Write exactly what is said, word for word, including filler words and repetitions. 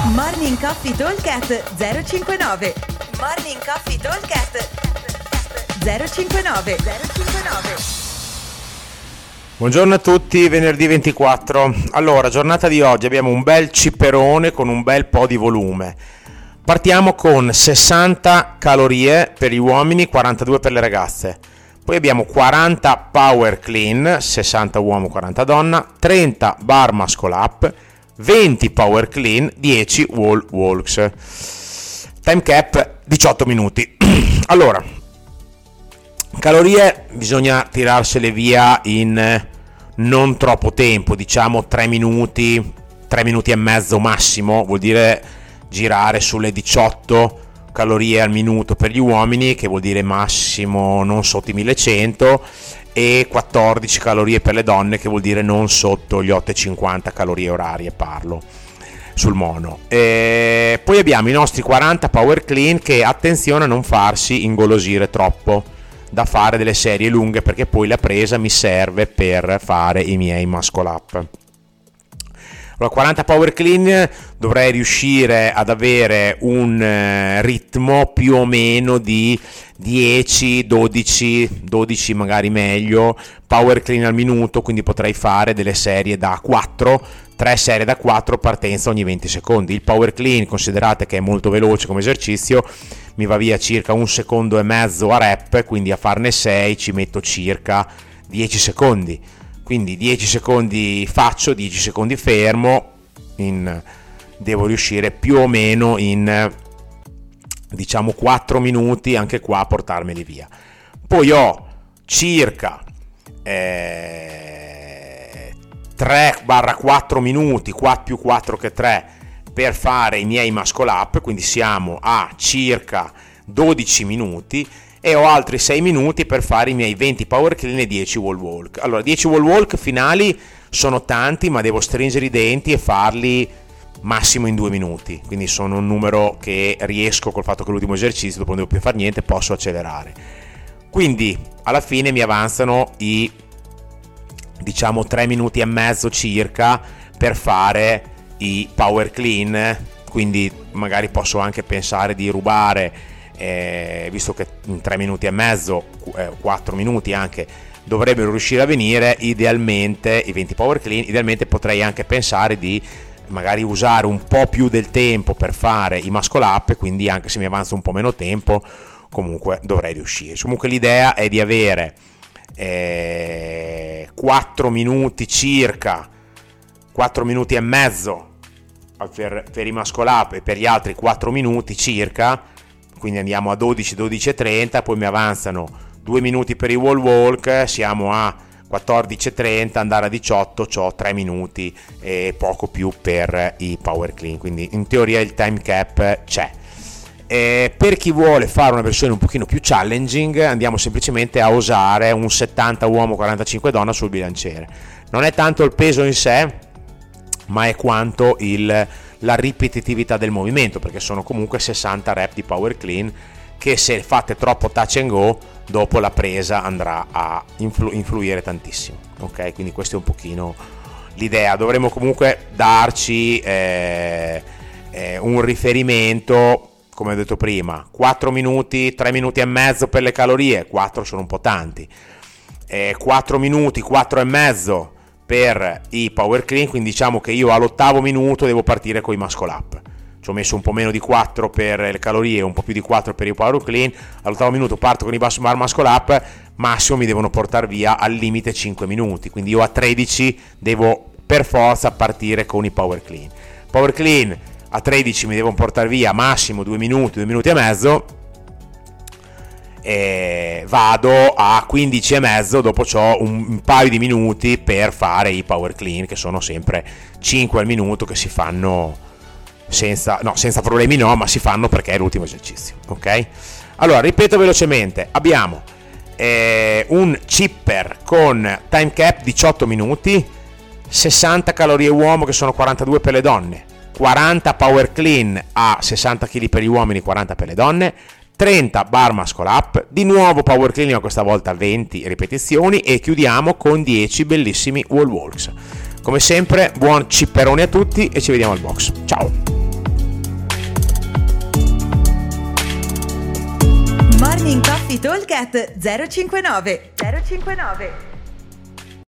Morning Coffee Talkcast zero cinquantanove. Morning Coffee Talkcast zero cinquantanove. zero cinquantanove. Buongiorno a tutti, venerdì ventiquattro. Allora, giornata di oggi abbiamo un bel ciperone con un bel po' di volume. Partiamo con sessanta calorie per gli uomini, quarantadue per le ragazze. Poi abbiamo quaranta power clean, sessanta uomo, quaranta donna, trenta bar muscle up, venti power clean, dieci wall walks. Time cap diciotto minuti. Allora, calorie bisogna tirarsele via in non troppo tempo, diciamo tre minuti, tre minuti e mezzo massimo, vuol dire girare sulle diciotto calorie al minuto per gli uomini, che vuol dire massimo non sotto i millecento, e quattordici calorie per le donne, che vuol dire non sotto gli otto e cinquanta calorie orarie, parlo sul mono. E poi abbiamo i nostri quaranta power clean, che attenzione a non farsi ingolosire troppo, da fare delle serie lunghe, perché poi la presa mi serve per fare i miei muscle up. Allora, quaranta power clean dovrei riuscire ad avere un eh, ritmo più o meno di dieci, dodici, dodici magari meglio power clean al minuto, quindi potrei fare delle serie da quattro, tre serie da quattro, partenza ogni venti secondi. Il power clean, considerate che è molto veloce come esercizio, mi va via circa un secondo e mezzo a rep, quindi a farne sei ci metto circa dieci secondi. Quindi dieci secondi faccio, dieci secondi fermo, in, devo riuscire più o meno in diciamo quattro minuti anche qua a portarmeli via. Poi ho circa eh, tre quattro minuti, quattro più quattro che tre, per fare i miei muscle up, quindi siamo a circa dodici minuti, e ho altri sei minuti per fare i miei venti power clean e dieci wall walk. Allora, dieci wall walk finali sono tanti, ma devo stringere i denti e farli massimo in due minuti, quindi sono un numero che riesco, col fatto che l'ultimo esercizio dopo non devo più fare niente, posso accelerare. Quindi alla fine mi avanzano i diciamo tre minuti e mezzo circa per fare i power clean, quindi magari posso anche pensare di rubare, Eh, visto che in tre minuti e mezzo, eh, quattro minuti anche dovrebbero riuscire a venire, idealmente i venti power clean, idealmente potrei anche pensare di magari usare un po' più del tempo per fare i muscle up, quindi anche se mi avanza un po' meno tempo comunque dovrei riuscire. Comunque l'idea è di avere eh, quattro minuti circa, quattro minuti e mezzo per, per i muscle up e per gli altri quattro minuti circa, quindi andiamo a dodici, dodici e trenta, poi mi avanzano due minuti per i wall walk, siamo a quattordici e trenta, andare a diciotto, ho tre minuti e poco più per i power clean, quindi in teoria il time cap c'è. E per chi vuole fare una versione un pochino più challenging, andiamo semplicemente a usare un settanta uomo, quarantacinque donna sul bilanciere. Non è tanto il peso in sé, ma è quanto il la ripetitività del movimento, perché sono comunque sessanta rep di power clean che, se fate troppo touch and go, dopo la presa andrà a influ- influire tantissimo. Ok, quindi questo è un pochino l'idea. Dovremo comunque darci eh, eh, un riferimento, come ho detto prima, quattro minuti, tre minuti e mezzo per le calorie, quattro sono un po' tanti, eh, quattro minuti, quattro e mezzo per i power clean, quindi diciamo che io all'ottavo minuto devo partire con i muscle up. Ci ho messo un po' meno di quattro per le calorie e un po' più di quattro per i power clean. All'ottavo minuto parto con i bar muscle up, massimo mi devono portare via al limite cinque minuti, quindi io a tredici devo per forza partire con i power clean. Power clean a tredici mi devono portare via massimo due minuti, due minuti e mezzo, e vado a quindici e mezzo, dopo c'ho un, un paio di minuti per fare i power clean, che sono sempre cinque al minuto, che si fanno senza, no, senza problemi no, ma si fanno perché è l'ultimo esercizio. Ok, allora ripeto velocemente: abbiamo eh, un chipper con time cap diciotto minuti, sessanta calorie uomo, che sono quarantadue per le donne, quaranta power clean a sessanta chili per gli uomini, quaranta per le donne, trenta bar muscle up, di nuovo power clean, ma questa volta venti ripetizioni, e chiudiamo con dieci bellissimi wall walks. Come sempre, buon cipperone a tutti e ci vediamo al box. Ciao! Morning Coffee Talk at zero cinquantanove zero cinquantanove.